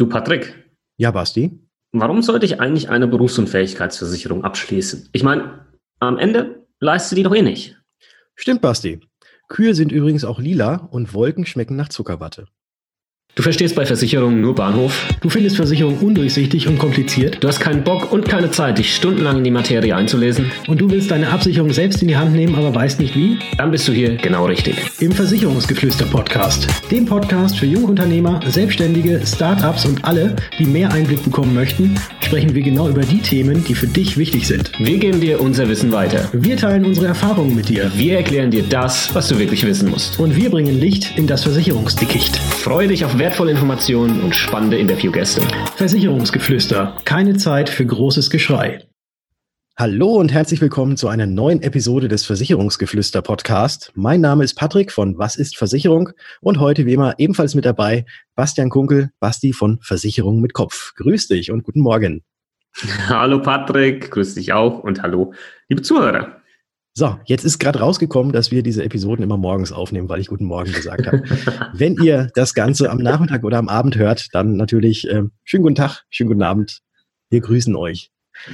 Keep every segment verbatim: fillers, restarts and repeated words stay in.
Du Patrick, Ja, Basti? warum sollte ich eigentlich eine Berufsunfähigkeitsversicherung abschließen? Ich meine, am Ende leistet die doch eh nicht. Stimmt, Basti. Kühe sind übrigens auch lila und Wolken schmecken nach Zuckerwatte. Du verstehst bei Versicherungen nur Bahnhof. Du findest Versicherungen undurchsichtig und kompliziert Du hast keinen Bock und keine Zeit, dich stundenlang in die Materie einzulesen. und du willst deine Absicherung selbst in die Hand nehmen, aber weißt nicht wie? Dann bist du hier genau richtig. Im Versicherungsgeflüster-Podcast. Dem Podcast für Jungunternehmer, Selbstständige, Startups und alle, die mehr Einblick bekommen möchten, sprechen wir genau über die Themen, die für dich wichtig sind. Wir geben dir unser Wissen weiter. Wir teilen unsere Erfahrungen mit dir Wir erklären dir das, was du wirklich wissen musst. und wir bringen Licht in das Versicherungsdickicht. Freue dich auf wertvolle Informationen und spannende Interviewgäste. Versicherungsgeflüster. Keine Zeit für großes Geschrei. Hallo und herzlich willkommen zu einer neuen Episode des Versicherungsgeflüster-Podcast. Mein Name ist Patrick von Was ist Versicherung? Und heute wie immer ebenfalls mit dabei Bastian Kunkel, Basti von Versicherung mit Kopf. Grüß dich und guten Morgen. Hallo Patrick, grüß dich auch und hallo, liebe Zuhörer. So, jetzt ist gerade rausgekommen, dass wir diese Episoden immer morgens aufnehmen, weil ich guten Morgen gesagt habe. Wenn ihr das Ganze am Nachmittag oder am Abend hört, dann natürlich äh, schönen guten Tag, schönen guten Abend. Wir grüßen euch.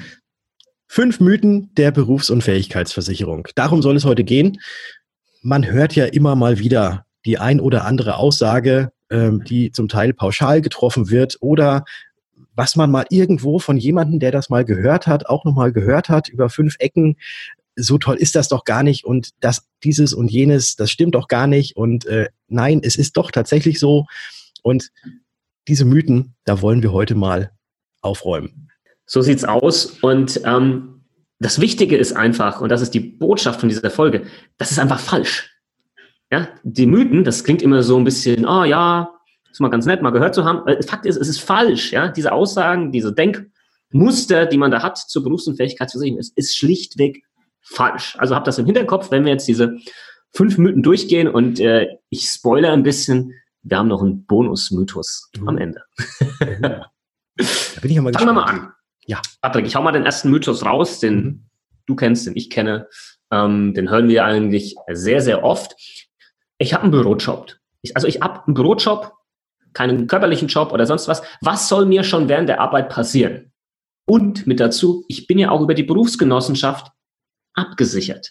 Fünf Mythen der Berufsunfähigkeitsversicherung. Darum soll es heute gehen. Man hört ja immer mal wieder die ein oder andere Aussage, ähm, die zum Teil pauschal getroffen wird oder was man mal irgendwo von jemandem, der das mal gehört hat, auch nochmal gehört hat, über fünf Ecken. So toll ist das doch gar nicht und das, dieses und jenes, das stimmt doch gar nicht und äh, nein, es ist doch tatsächlich so und diese Mythen, da wollen wir heute mal aufräumen. So sieht's aus und ähm, das Wichtige ist einfach, und das ist die Botschaft von dieser Folge, das ist einfach falsch. Ja, die Mythen, das klingt immer so ein bisschen, ah oh, ja, ist mal ganz nett, mal gehört zu haben. Äh, Fakt ist, es ist falsch. Ja, diese Aussagen, diese Denkmuster, die man da hat zur Berufsunfähigkeitsversicherung, ist, ist schlichtweg falsch. Also habt das im Hinterkopf, wenn wir jetzt diese fünf Mythen durchgehen und äh, ich spoilere ein bisschen, wir haben noch einen Bonus-Mythos mhm. am Ende. Da bin ich ja mal Fangen gespannt. wir mal an. Ja. Patrick, ich hau mal den ersten Mythos raus, den mhm. du kennst, den ich kenne. Ähm, den hören wir eigentlich sehr, sehr oft. Ich habe einen Bürojob. Ich, also ich habe einen Bürojob, keinen körperlichen Job oder sonst was. Was soll mir schon während der Arbeit passieren? Und mit dazu, ich bin ja auch über die Berufsgenossenschaft abgesichert.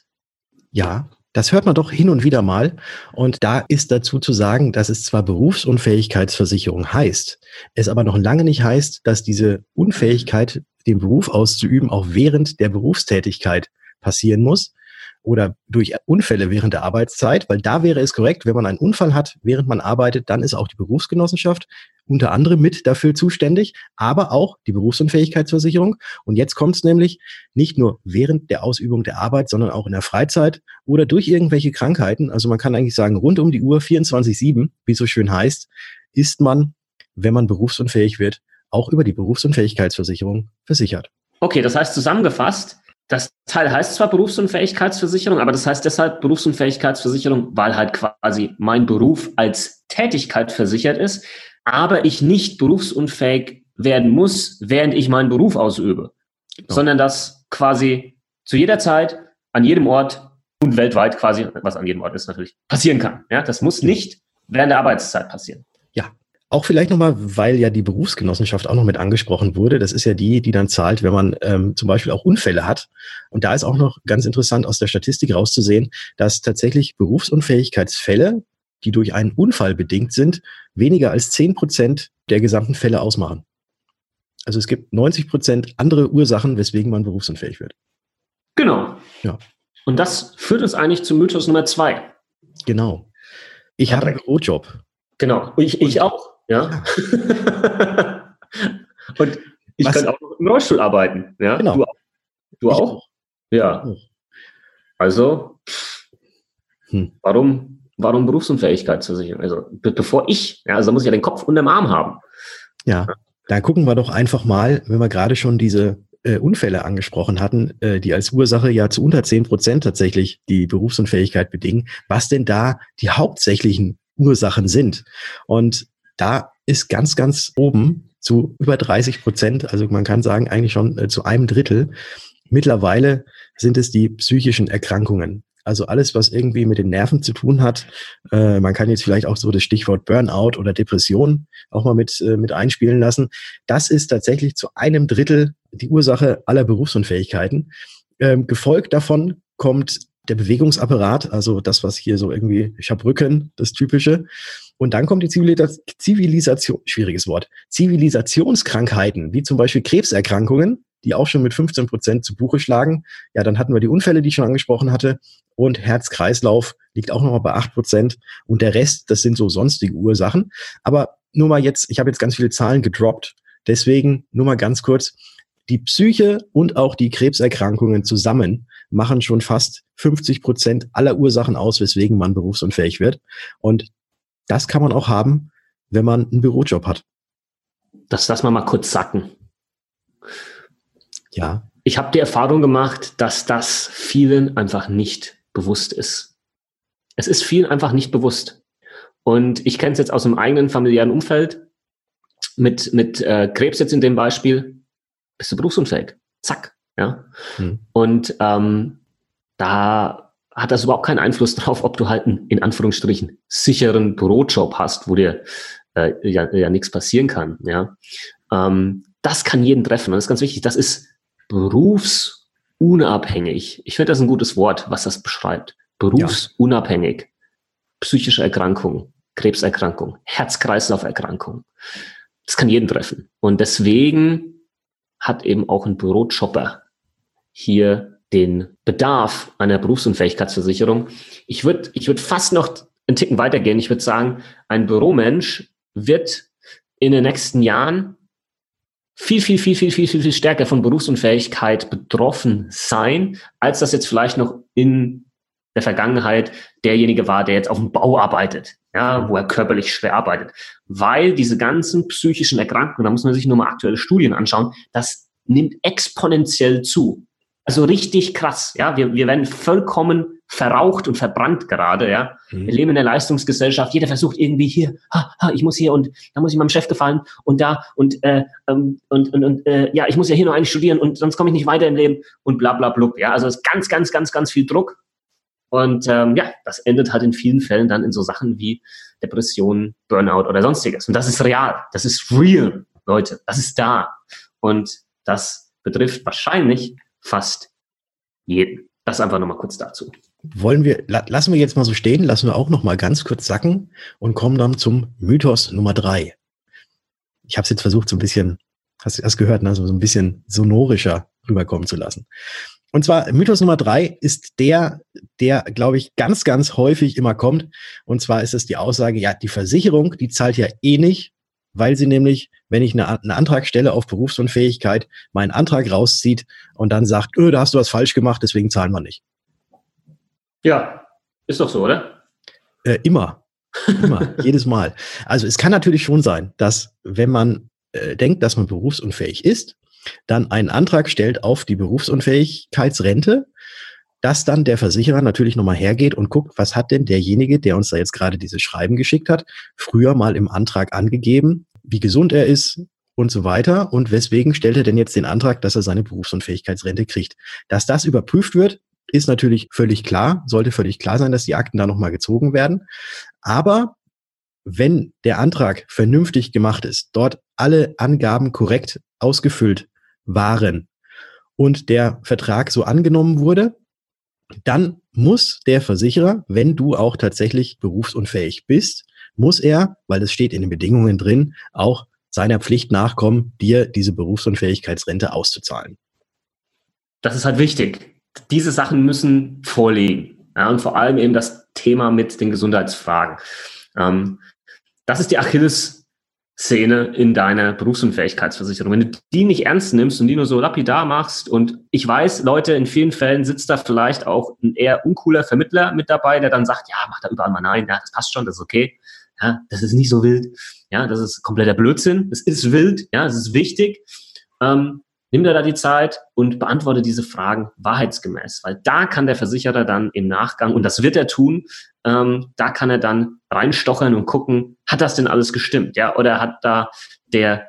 Ja, das hört man doch hin und wieder mal. Und da ist dazu zu sagen, dass es zwar Berufsunfähigkeitsversicherung heißt, es aber noch lange nicht heißt, dass diese Unfähigkeit, den Beruf auszuüben, auch während der Berufstätigkeit passieren muss oder durch Unfälle während der Arbeitszeit, weil da wäre es korrekt, wenn man einen Unfall hat, während man arbeitet, dann ist auch die Berufsgenossenschaft unter anderem mit dafür zuständig, aber auch die Berufsunfähigkeitsversicherung. Und jetzt kommt es nämlich nicht nur während der Ausübung der Arbeit, sondern auch in der Freizeit oder durch irgendwelche Krankheiten. Also man kann eigentlich sagen, rund um die Uhr vierundzwanzig sieben, wie es so schön heißt, ist man, wenn man berufsunfähig wird, auch über die Berufsunfähigkeitsversicherung versichert. Okay, das heißt zusammengefasst, das Teil heißt zwar Berufsunfähigkeitsversicherung, aber das heißt deshalb Berufsunfähigkeitsversicherung, weil halt quasi mein Beruf als Tätigkeit versichert ist, aber ich nicht berufsunfähig werden muss, während ich meinen Beruf ausübe, genau. Sondern das quasi zu jeder Zeit, an jedem Ort und weltweit quasi, was an jedem Ort ist natürlich, passieren kann. Ja, das muss nicht während der Arbeitszeit passieren. Ja. Auch vielleicht nochmal, weil ja die Berufsgenossenschaft auch noch mit angesprochen wurde. Das ist ja die, die dann zahlt, wenn man ähm, zum Beispiel auch Unfälle hat. Und da ist auch noch ganz interessant aus der Statistik rauszusehen, dass tatsächlich Berufsunfähigkeitsfälle, die durch einen Unfall bedingt sind, weniger als zehn Prozent der gesamten Fälle ausmachen. Also es gibt neunzig Prozent andere Ursachen, weswegen man berufsunfähig wird. Genau. Ja. Und das führt uns eigentlich zu Mythos Nummer zwei. Genau. Ich habe einen Bürojob. Genau. Ich, ich auch. Ja. Und ich Was? kann auch noch im Rollstuhl arbeiten. Ja. Genau. Du auch? Du auch? auch? Ja. Auch. Also, Hm. warum, warum Berufsunfähigkeitsversicherung? Also, be- bevor ich, ja, also da muss ich ja den Kopf unterm Arm haben. Ja, da gucken wir doch einfach mal, wenn wir gerade schon diese äh, Unfälle angesprochen hatten, äh, die als Ursache ja zu unter zehn Prozent tatsächlich die Berufsunfähigkeit bedingen, was denn da die hauptsächlichen Ursachen sind. Und da ist ganz, ganz oben zu über dreißig Prozent, also man kann sagen eigentlich schon äh, zu einem Drittel, mittlerweile sind es die psychischen Erkrankungen. Also alles, was irgendwie mit den Nerven zu tun hat. Äh, man kann jetzt vielleicht auch so das Stichwort Burnout oder Depression auch mal mit, äh, mit einspielen lassen. Das ist tatsächlich zu einem Drittel die Ursache aller Berufsunfähigkeiten. Ähm, gefolgt davon kommt der Bewegungsapparat, also das, was hier so irgendwie, ich habe Rücken, das Typische. Und dann kommt die Zivilis- Zivilisation, schwieriges Wort, Zivilisationskrankheiten, wie zum Beispiel Krebserkrankungen, die auch schon mit fünfzehn Prozent zu Buche schlagen. Ja, dann hatten wir die Unfälle, die ich schon angesprochen hatte. Und Herz-Kreislauf liegt auch nochmal bei acht Prozent. Und der Rest, das sind so sonstige Ursachen. Aber nur mal jetzt, ich habe jetzt ganz viele Zahlen gedroppt. Deswegen nur mal ganz kurz. Die Psyche und auch die Krebserkrankungen zusammen machen schon fast fünfzig Prozent aller Ursachen aus, weswegen man berufsunfähig wird. Und das kann man auch haben, wenn man einen Bürojob hat. Das lassen wir mal kurz sacken. Ja. Ich habe die Erfahrung gemacht, dass das vielen einfach nicht bewusst ist. Es ist vielen einfach nicht bewusst. Und ich kenne es jetzt aus dem eigenen familiären Umfeld. Mit, mit äh, Krebs jetzt in dem Beispiel. Bist du berufsunfähig. Zack. Ja. Hm. Und ähm, da hat das überhaupt keinen Einfluss drauf, ob du halt einen, in Anführungsstrichen, sicheren Bürojob hast, wo dir äh, ja, ja nichts passieren kann. Ja. Ähm, das kann jeden treffen. Und das ist ganz wichtig. Das ist berufsunabhängig. Ich finde das ein gutes Wort, was das beschreibt. Berufsunabhängig. Ja. Psychische Erkrankung, Krebserkrankung, Herz-Kreislauf-Erkrankung. Das kann jeden treffen. Und deswegen hat eben auch ein Bürojobber hier den Bedarf einer Berufsunfähigkeitsversicherung. Ich würde ich würd fast noch einen Ticken weitergehen. Ich würde sagen, ein Büromensch wird in den nächsten Jahren viel, viel, viel, viel, viel, viel, viel stärker von Berufsunfähigkeit betroffen sein, als das jetzt vielleicht noch in der Vergangenheit derjenige war, der jetzt auf dem Bau arbeitet, ja, wo er körperlich schwer arbeitet. Weil diese ganzen psychischen Erkrankungen, da muss man sich nur mal aktuelle Studien anschauen, das nimmt exponentiell zu. Also richtig krass, ja. Wir, wir werden vollkommen verraucht und verbrannt gerade, ja. Mhm. Wir leben in der Leistungsgesellschaft. Jeder versucht irgendwie hier, ha, ha, ich muss hier und da muss ich meinem Chef gefallen und da und äh, und und, und äh, ja, ich muss ja hier noch eigentlich studieren und sonst komme ich nicht weiter im Leben und bla bla blub, ja. Also es ist ganz, ganz, ganz, ganz viel Druck. Und ähm, ja, das endet halt in vielen Fällen dann in so Sachen wie Depressionen, Burnout oder sonstiges. Und das ist real, das ist real, Leute, das ist da. Und das betrifft wahrscheinlich fast jeden. Das einfach nochmal kurz dazu. Wollen wir, la, lassen wir jetzt mal so stehen, lassen wir auch noch mal ganz kurz sacken und kommen dann zum Mythos Nummer drei. Ich habe es jetzt versucht, so ein bisschen, hast du das gehört, ne, so ein bisschen sonorischer rüberkommen zu lassen. Und zwar Mythos Nummer drei ist der, der, glaube ich, ganz, ganz häufig immer kommt. Und zwar ist es die Aussage, ja, die Versicherung, die zahlt ja eh nicht, weil sie nämlich, wenn ich eine, einen Antrag stelle auf Berufsunfähigkeit, meinen Antrag rauszieht und dann sagt, öh, da hast du was falsch gemacht, deswegen zahlen wir nicht. Ja, ist doch so, oder? Äh, immer. Immer. Jedes Mal. Also es kann natürlich schon sein, dass wenn man äh, denkt, dass man berufsunfähig ist, dann einen Antrag stellt auf die Berufsunfähigkeitsrente, dass dann der Versicherer natürlich nochmal hergeht und guckt, was hat denn derjenige, der uns da jetzt gerade dieses Schreiben geschickt hat, früher mal im Antrag angegeben, wie gesund er ist und so weiter und weswegen stellt er denn jetzt den Antrag, dass er seine Berufsunfähigkeitsrente kriegt. Dass das überprüft wird, ist natürlich völlig klar, sollte völlig klar sein, dass die Akten da nochmal gezogen werden. Aber wenn der Antrag vernünftig gemacht ist, dort alle Angaben korrekt ausgefüllt waren und der Vertrag so angenommen wurde, dann muss der Versicherer, wenn du auch tatsächlich berufsunfähig bist, muss er, weil es steht in den Bedingungen drin, auch seiner Pflicht nachkommen, dir diese Berufsunfähigkeitsrente auszuzahlen. Das ist halt wichtig. Diese Sachen müssen vorliegen. Ja, und vor allem eben das Thema mit den Gesundheitsfragen. Ähm, das ist die Achillessehne in deiner Berufsunfähigkeitsversicherung. Wenn du die nicht ernst nimmst und die nur so lapidar machst, und ich weiß, Leute, in vielen Fällen sitzt da vielleicht auch ein eher uncooler Vermittler mit dabei, der dann sagt, ja, mach da überall mal nein, ja, das passt schon, das ist okay. Ja, das ist nicht so wild. Ja, das ist kompletter Blödsinn. Es ist wild. Ja, es ist wichtig. Ähm, nimm dir da die Zeit und beantworte diese Fragen wahrheitsgemäß, weil da kann der Versicherer dann im Nachgang, und das wird er tun, ähm, da kann er dann reinstochern und gucken, hat das denn alles gestimmt? Ja, oder hat da der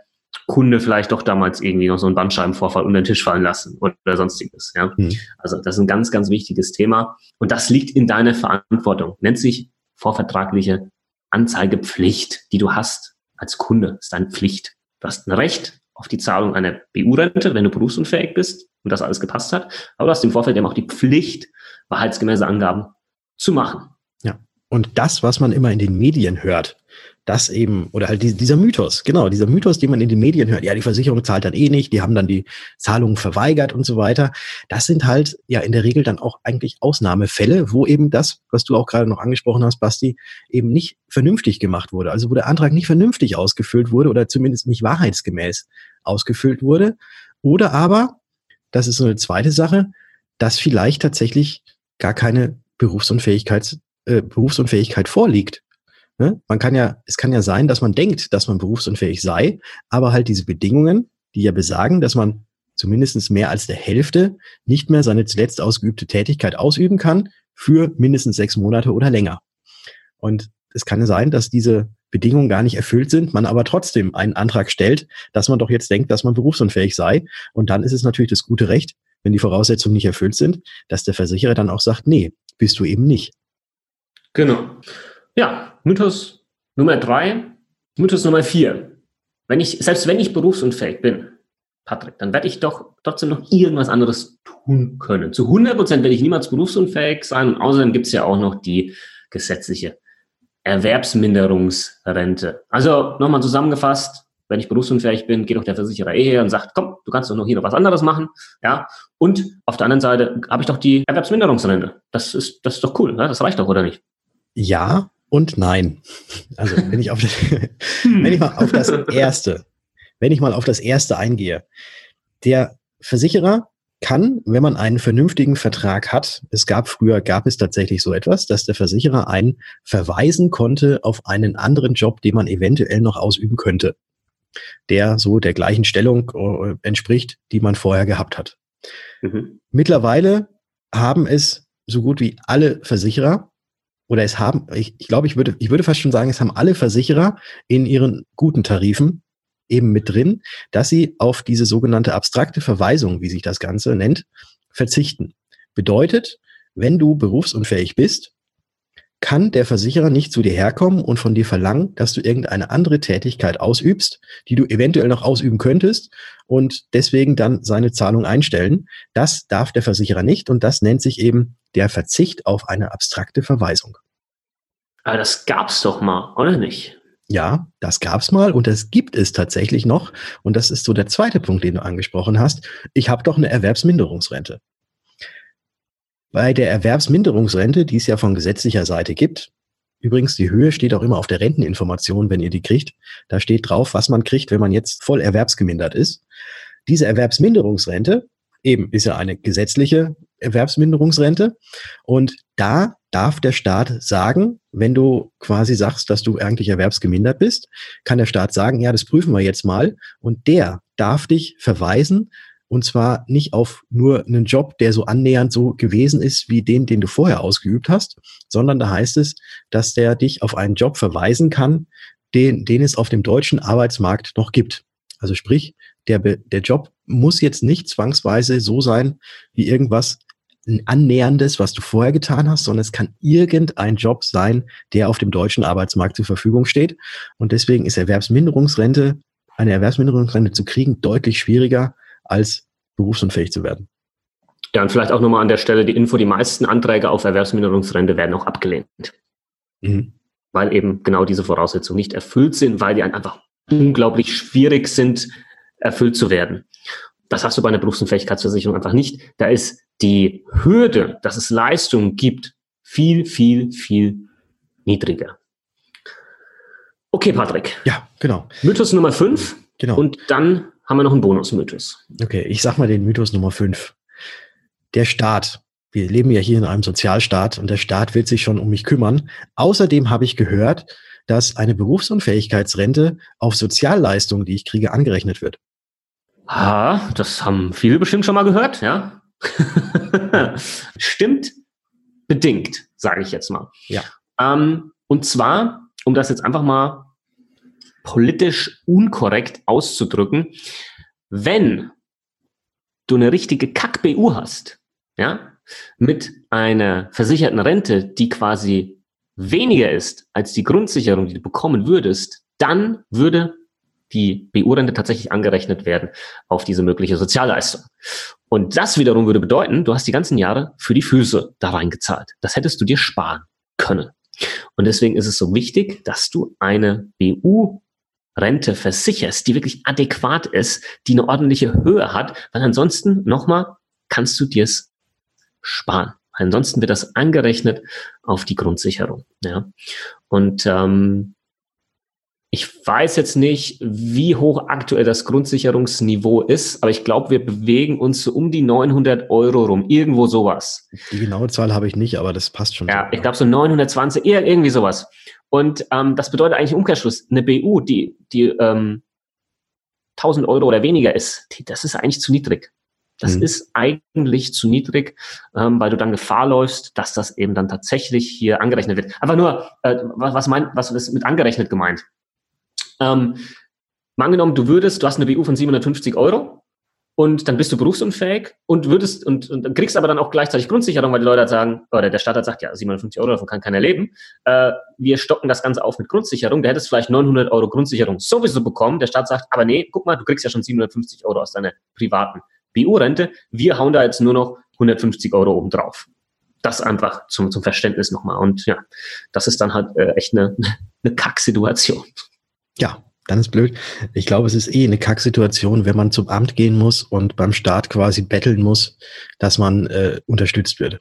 Kunde vielleicht doch damals irgendwie noch so einen Bandscheibenvorfall unter den Tisch fallen lassen oder sonstiges. Ja? Mhm. Also das ist ein ganz, ganz wichtiges Thema. Und das liegt in deiner Verantwortung. Nennt sich vorvertragliche Anzeigepflicht, die du hast als Kunde. Das ist deine Pflicht. Du hast ein Recht auf die Zahlung einer B U-Rente, wenn du berufsunfähig bist und das alles gepasst hat. Aber du hast im Vorfeld eben auch die Pflicht, wahrheitsgemäße Angaben zu machen. Ja. Und das, was man immer in den Medien hört, das eben, oder halt dieser Mythos, genau, dieser Mythos, den man in den Medien hört, ja, die Versicherung zahlt dann eh nicht, die haben dann die Zahlungen verweigert und so weiter. Das sind halt ja in der Regel dann auch eigentlich Ausnahmefälle, wo eben das, was du auch gerade noch angesprochen hast, Basti, eben nicht vernünftig gemacht wurde. Also wo der Antrag nicht vernünftig ausgefüllt wurde oder zumindest nicht wahrheitsgemäß ausgefüllt wurde. Oder aber, das ist so eine zweite Sache, dass vielleicht tatsächlich gar keine Berufsunfähigkeit, äh, Berufsunfähigkeit vorliegt. Ne? Man kann ja, es kann ja sein, dass man denkt, dass man berufsunfähig sei, aber halt diese Bedingungen, die ja besagen, dass man zumindest mehr als der Hälfte nicht mehr seine zuletzt ausgeübte Tätigkeit ausüben kann für mindestens sechs Monate oder länger. Und es kann sein, dass diese Bedingungen gar nicht erfüllt sind, man aber trotzdem einen Antrag stellt, dass man doch jetzt denkt, dass man berufsunfähig sei. Und dann ist es natürlich das gute Recht, wenn die Voraussetzungen nicht erfüllt sind, dass der Versicherer dann auch sagt, nee, bist du eben nicht. Genau. Ja, Mythos Nummer drei, Mythos Nummer vier. Wenn ich, selbst wenn ich berufsunfähig bin, Patrick, dann werde ich doch trotzdem noch irgendwas anderes tun können. Zu hundert Prozent werde ich niemals berufsunfähig sein. Und außerdem gibt es ja auch noch die gesetzliche Erwerbsminderungsrente. Also nochmal zusammengefasst, wenn ich berufsunfähig bin, geht doch der Versicherer eh her und sagt, komm, du kannst doch noch hier noch was anderes machen. Ja. Und auf der anderen Seite habe ich doch die Erwerbsminderungsrente. Das ist, das ist doch cool, ne? Das reicht doch, oder nicht? Ja und nein. Also wenn ich auf das, wenn ich mal auf das erste, wenn ich mal auf das erste eingehe, der Versicherer kann, wenn man einen vernünftigen Vertrag hat, es gab früher, gab es tatsächlich so etwas, dass der Versicherer einen verweisen konnte auf einen anderen Job, den man eventuell noch ausüben könnte, der so der gleichen Stellung äh, entspricht, die man vorher gehabt hat. Mhm. Mittlerweile haben es so gut wie alle Versicherer, oder es haben, ich, ich glaube, ich würde, ich würde fast schon sagen, es haben alle Versicherer in ihren guten Tarifen eben mit drin, dass sie auf diese sogenannte abstrakte Verweisung, wie sich das Ganze nennt, verzichten. Bedeutet, wenn du berufsunfähig bist, kann der Versicherer nicht zu dir herkommen und von dir verlangen, dass du irgendeine andere Tätigkeit ausübst, die du eventuell noch ausüben könntest und deswegen dann seine Zahlung einstellen. Das darf der Versicherer nicht und das nennt sich eben der Verzicht auf eine abstrakte Verweisung. Aber das gab's doch mal, oder nicht? Ja, das gab's mal und das gibt es tatsächlich noch. Und das ist so der zweite Punkt, den du angesprochen hast. Ich habe doch eine Erwerbsminderungsrente. Bei der Erwerbsminderungsrente, die es ja von gesetzlicher Seite gibt, übrigens die Höhe steht auch immer auf der Renteninformation, wenn ihr die kriegt. Da steht drauf, was man kriegt, wenn man jetzt voll erwerbsgemindert ist. Diese Erwerbsminderungsrente eben ist ja eine gesetzliche Erwerbsminderungsrente und da darf der Staat sagen, wenn du quasi sagst, dass du eigentlich erwerbsgemindert bist, kann der Staat sagen, ja, das prüfen wir jetzt mal und der darf dich verweisen und zwar nicht auf nur einen Job, der so annähernd so gewesen ist wie den, den du vorher ausgeübt hast, sondern da heißt es, dass der dich auf einen Job verweisen kann, den, den es auf dem deutschen Arbeitsmarkt noch gibt. Also sprich, der, der Job muss jetzt nicht zwangsweise so sein wie irgendwas ein Annäherndes, was du vorher getan hast, sondern es kann irgendein Job sein, der auf dem deutschen Arbeitsmarkt zur Verfügung steht. Und deswegen ist Erwerbsminderungsrente, eine Erwerbsminderungsrente zu kriegen, deutlich schwieriger, als berufsunfähig zu werden. Ja, und vielleicht auch nochmal an der Stelle die Info, die meisten Anträge auf Erwerbsminderungsrente werden auch abgelehnt. Mhm. Weil eben genau diese Voraussetzungen nicht erfüllt sind, weil die einfach unglaublich schwierig sind, erfüllt zu werden. Das hast du bei einer Berufsunfähigkeitsversicherung einfach nicht. Da ist die Hürde, dass es Leistungen gibt, viel, viel, viel niedriger. Okay, Patrick. Ja, genau. Mythos Nummer fünf. Genau. Und dann haben wir noch einen Bonusmythos. Okay, ich sag mal den Mythos Nummer fünf. Der Staat. Wir leben ja hier in einem Sozialstaat und der Staat wird sich schon um mich kümmern. Außerdem habe ich gehört, dass eine Berufsunfähigkeitsrente auf Sozialleistungen, die ich kriege, angerechnet wird. Ah, das haben viele bestimmt schon mal gehört, ja. Stimmt bedingt, sage ich jetzt mal. Ja. Ähm, und zwar, um das jetzt einfach mal politisch unkorrekt auszudrücken, wenn du eine richtige Kack-B U hast, ja, mit einer versicherten Rente, die quasi weniger ist als die Grundsicherung, die du bekommen würdest, dann würde die B U-Rente tatsächlich angerechnet werden auf diese mögliche Sozialleistung. Und das wiederum würde bedeuten, du hast die ganzen Jahre für die Füße da reingezahlt. Das hättest du dir sparen können. Und deswegen ist es so wichtig, dass du eine B U-Rente versicherst, die wirklich adäquat ist, die eine ordentliche Höhe hat, weil ansonsten, nochmal, kannst du dir es sparen. Ansonsten wird das angerechnet auf die Grundsicherung. Ja. Und ähm, ich weiß jetzt nicht, wie hoch aktuell das Grundsicherungsniveau ist, aber ich glaube, wir bewegen uns so um die neunhundert Euro rum, irgendwo sowas. Die genaue Zahl habe ich nicht, aber das passt schon. Ja, so, ich glaube so neunhundertzwanzig, eher irgendwie sowas. Und ähm, das bedeutet eigentlich im Umkehrschluss, eine B U, die, die ähm, tausend Euro oder weniger ist, die, das ist eigentlich zu niedrig. Das hm. ist eigentlich zu niedrig, ähm, weil du dann Gefahr läufst, dass das eben dann tatsächlich hier angerechnet wird. Einfach nur, äh, was, was, mein, was ist mit angerechnet gemeint? Ähm, mal angenommen, du würdest, du hast eine B U von siebenhundertfünfzig Euro und dann bist du berufsunfähig und würdest und, und dann kriegst aber dann auch gleichzeitig Grundsicherung, weil die Leute sagen, oder der Staat hat sagt, ja, siebenhundertfünfzig Euro, davon kann keiner leben. Äh, wir stocken das Ganze auf mit Grundsicherung. Der hättest vielleicht neunhundert Euro Grundsicherung sowieso bekommen. Der Staat sagt, aber nee, guck mal, du kriegst ja schon siebenhundertfünfzig Euro aus deiner privaten B U-Rente. Wir hauen da jetzt nur noch hundertfünfzig Euro oben drauf. Das einfach zum, zum Verständnis nochmal. Und ja, das ist dann halt äh, echt eine, eine Kacksituation. Ja, dann ist blöd. Ich glaube, es ist eh eine Kacksituation, wenn man zum Amt gehen muss und beim Staat quasi betteln muss, dass man äh, unterstützt wird.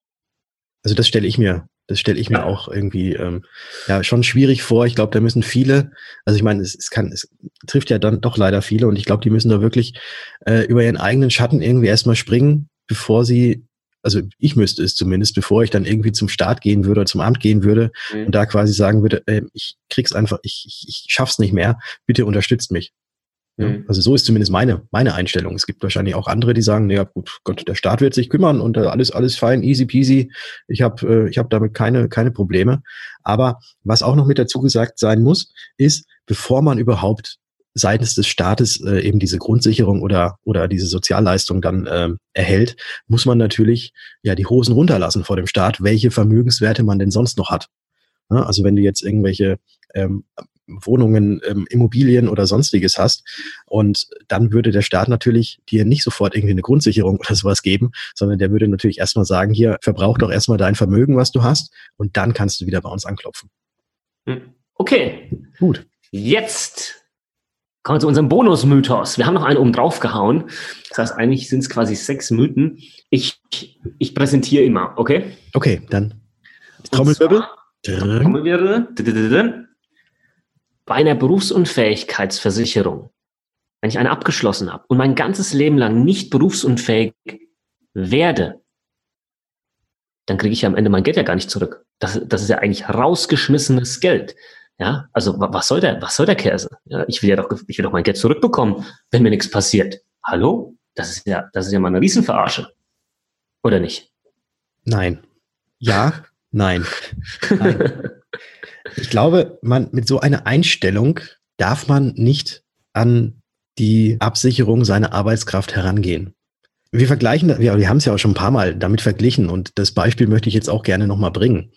Also das stelle ich mir, das stelle ich mir ja. auch irgendwie ähm, ja schon schwierig vor. Ich glaube, da müssen viele, also ich meine, es, es kann, es trifft ja dann doch leider viele und ich glaube, die müssen da wirklich äh, über ihren eigenen Schatten irgendwie erstmal springen, bevor sie also ich müsste es zumindest, bevor ich dann irgendwie zum Staat gehen würde oder zum Amt gehen würde mhm. und da quasi sagen würde, äh, ich krieg's einfach, ich, ich, ich schaff's nicht mehr, bitte unterstützt mich. Mhm. Ja, also so ist zumindest meine meine Einstellung. Es gibt wahrscheinlich auch andere, die sagen, ja gut, Gott, der Staat wird sich kümmern und äh, alles alles fein, easy peasy. Ich habe äh, ich habe damit keine keine Probleme. Aber was auch noch mit dazu gesagt sein muss, ist, bevor man überhaupt seitens des Staates äh, eben diese Grundsicherung oder oder diese Sozialleistung dann äh, erhält, muss man natürlich ja die Hosen runterlassen vor dem Staat, welche Vermögenswerte man denn sonst noch hat. Ja, also wenn du jetzt irgendwelche ähm, Wohnungen, ähm, Immobilien oder sonstiges hast und dann würde der Staat natürlich dir nicht sofort irgendwie eine Grundsicherung oder sowas geben, sondern der würde natürlich erstmal sagen, hier, verbrauch doch erstmal dein Vermögen, was du hast und dann kannst du wieder bei uns anklopfen. Okay. Gut. Jetzt kommen wir zu unserem Bonusmythos. Wir haben noch einen oben drauf gehauen. Das heißt, eigentlich sind es quasi sechs Mythen. Ich, ich präsentiere immer, okay? Okay, dann Trommelwirbel. Trommelwirbel. Bei einer Berufsunfähigkeitsversicherung, wenn ich eine abgeschlossen habe und mein ganzes Leben lang nicht berufsunfähig werde, dann kriege ich ja am Ende mein Geld ja gar nicht zurück. Das, das ist ja eigentlich rausgeschmissenes Geld. Ja, also was soll der, was soll der Käse? Ja, ich will ja doch, ich will doch mein Geld zurückbekommen, wenn mir nichts passiert. Hallo? Das ist ja, das ist ja mal eine Riesenverarsche. Oder nicht? Nein. Ja, nein. Nein. Ich glaube, man mit so einer Einstellung darf man nicht an die Absicherung seiner Arbeitskraft herangehen. Wir vergleichen, ja, wir haben es ja auch schon ein paar Mal damit verglichen und das Beispiel möchte ich jetzt auch gerne nochmal bringen.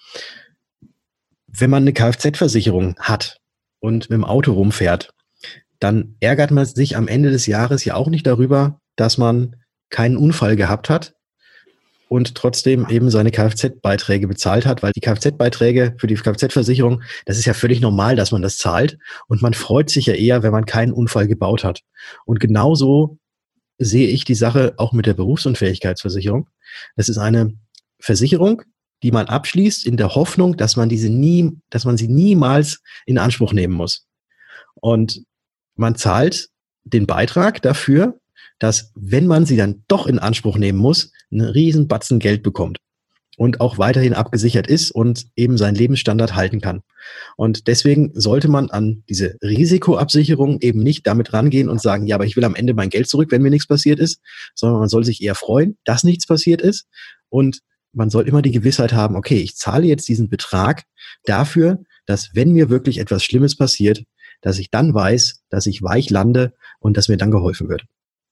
Wenn man eine Kfz-Versicherung hat und mit dem Auto rumfährt, dann ärgert man sich am Ende des Jahres ja auch nicht darüber, dass man keinen Unfall gehabt hat und trotzdem eben seine Kfz-Beiträge bezahlt hat, weil die Kfz-Beiträge für die Kfz-Versicherung, das ist ja völlig normal, dass man das zahlt und man freut sich ja eher, wenn man keinen Unfall gebaut hat. Und genauso sehe ich die Sache auch mit der Berufsunfähigkeitsversicherung. Das ist eine Versicherung, die man abschließt in der Hoffnung, dass man diese nie, dass man sie niemals in Anspruch nehmen muss. Und man zahlt den Beitrag dafür, dass, wenn man sie dann doch in Anspruch nehmen muss, einen riesen Batzen Geld bekommt und auch weiterhin abgesichert ist und eben seinen Lebensstandard halten kann. Und deswegen sollte man an diese Risikoabsicherung eben nicht damit rangehen und sagen, ja, aber ich will am Ende mein Geld zurück, wenn mir nichts passiert ist, sondern man soll sich eher freuen, dass nichts passiert ist und man soll immer die Gewissheit haben, okay, ich zahle jetzt diesen Betrag dafür, dass, wenn mir wirklich etwas Schlimmes passiert, dass ich dann weiß, dass ich weich lande und dass mir dann geholfen wird.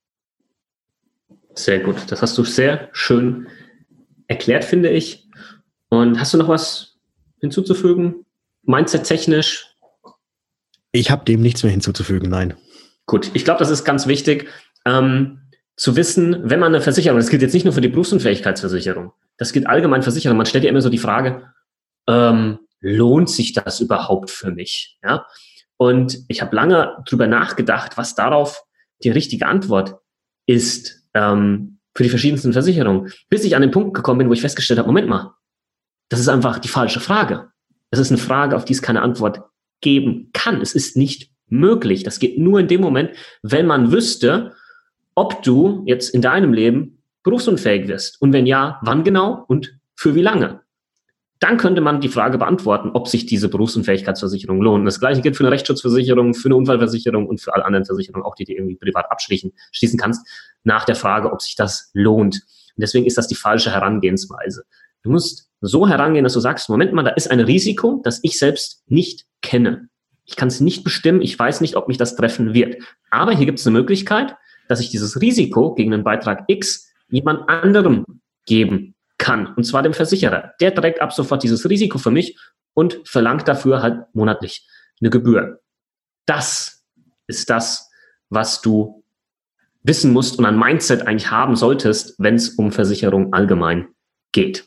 Sehr gut. Das hast du sehr schön erklärt, finde ich. Und hast du noch was hinzuzufügen? Mindset-technisch? Ich habe dem nichts mehr hinzuzufügen, nein. Gut, ich glaube, das ist ganz wichtig, ähm, zu wissen, wenn man eine Versicherung, das gilt jetzt nicht nur für die Berufsunfähigkeitsversicherung, das gilt allgemein Versicherung, man stellt ja immer so die Frage, ähm, lohnt sich das überhaupt für mich? Ja? Und ich habe lange drüber nachgedacht, was darauf die richtige Antwort ist ähm, für die verschiedensten Versicherungen, bis ich an den Punkt gekommen bin, wo ich festgestellt habe, Moment mal, das ist einfach die falsche Frage. Das ist eine Frage, auf die es keine Antwort geben kann. Es ist nicht möglich. Das geht nur in dem Moment, wenn man wüsste, ob du jetzt in deinem Leben berufsunfähig wirst. Und wenn ja, wann genau und für wie lange? Dann könnte man die Frage beantworten, ob sich diese Berufsunfähigkeitsversicherung lohnt. Das Gleiche gilt für eine Rechtsschutzversicherung, für eine Unfallversicherung und für alle anderen Versicherungen, auch die du irgendwie privat abschließen schließen kannst, nach der Frage, ob sich das lohnt. Und deswegen ist das die falsche Herangehensweise. Du musst so herangehen, dass du sagst, Moment mal, da ist ein Risiko, das ich selbst nicht kenne. Ich kann es nicht bestimmen, ich weiß nicht, ob mich das treffen wird. Aber hier gibt es eine Möglichkeit, dass ich dieses Risiko gegen einen Beitrag X jemand anderem geben kann. Und zwar dem Versicherer. Der trägt ab sofort dieses Risiko für mich und verlangt dafür halt monatlich eine Gebühr. Das ist das, was du wissen musst und ein Mindset eigentlich haben solltest, wenn es um Versicherung allgemein geht.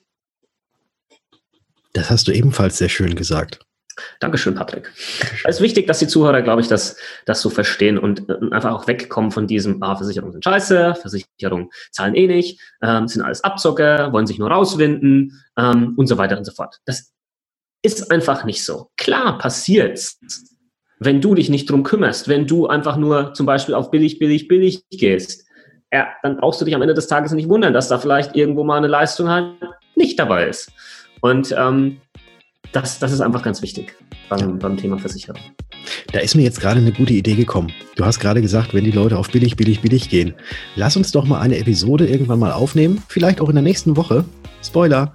Das hast du ebenfalls sehr schön gesagt. Dankeschön, Patrick. Es ist wichtig, dass die Zuhörer, glaube ich, das, das so verstehen und äh, einfach auch wegkommen von diesem, ah, Versicherungen sind scheiße, Versicherungen zahlen eh nicht, ähm, sind alles Abzocker, wollen sich nur rauswinden ähm, und so weiter und so fort. Das ist einfach nicht so. Klar passiert's, wenn du dich nicht drum kümmerst, wenn du einfach nur zum Beispiel auf billig, billig, billig gehst, ja, dann brauchst du dich am Ende des Tages nicht wundern, dass da vielleicht irgendwo mal eine Leistung halt nicht dabei ist. Und ähm, Das, das ist einfach ganz wichtig beim, ja. beim Thema Versicherung. Da ist mir jetzt gerade eine gute Idee gekommen. Du hast gerade gesagt, wenn die Leute auf billig, billig, billig gehen. Lass uns doch mal eine Episode irgendwann mal aufnehmen, vielleicht auch in der nächsten Woche, Spoiler,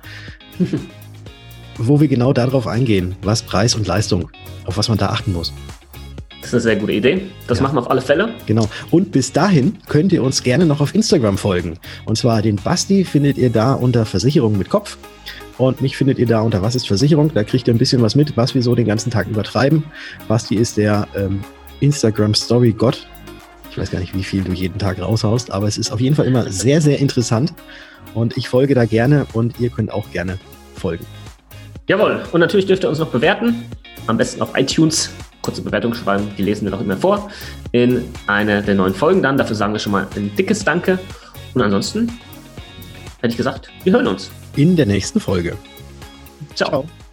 wo wir genau darauf eingehen, was Preis und Leistung, auf was man da achten muss. Das ist eine sehr gute Idee. Das ja. machen wir auf alle Fälle. Genau. Und bis dahin könnt ihr uns gerne noch auf Instagram folgen. Und zwar den Basti findet ihr da unter Versicherung mit Kopf. Und mich findet ihr da unter Was ist Versicherung? Da kriegt ihr ein bisschen was mit, was wir so den ganzen Tag übertreiben. Basti ist der ähm, Instagram-Story-Gott. Ich weiß gar nicht, wie viel du jeden Tag raushaust, aber es ist auf jeden Fall immer sehr, sehr interessant. Und ich folge da gerne und ihr könnt auch gerne folgen. Jawohl. Und natürlich dürft ihr uns noch bewerten. Am besten auf iTunes. Kurze Bewertung schreiben, die lesen wir noch immer vor. In einer der neuen Folgen dann. Dafür sagen wir schon mal ein dickes Danke. Und ansonsten hätte ich gesagt, wir hören uns. In der nächsten Folge. Ciao. Ciao.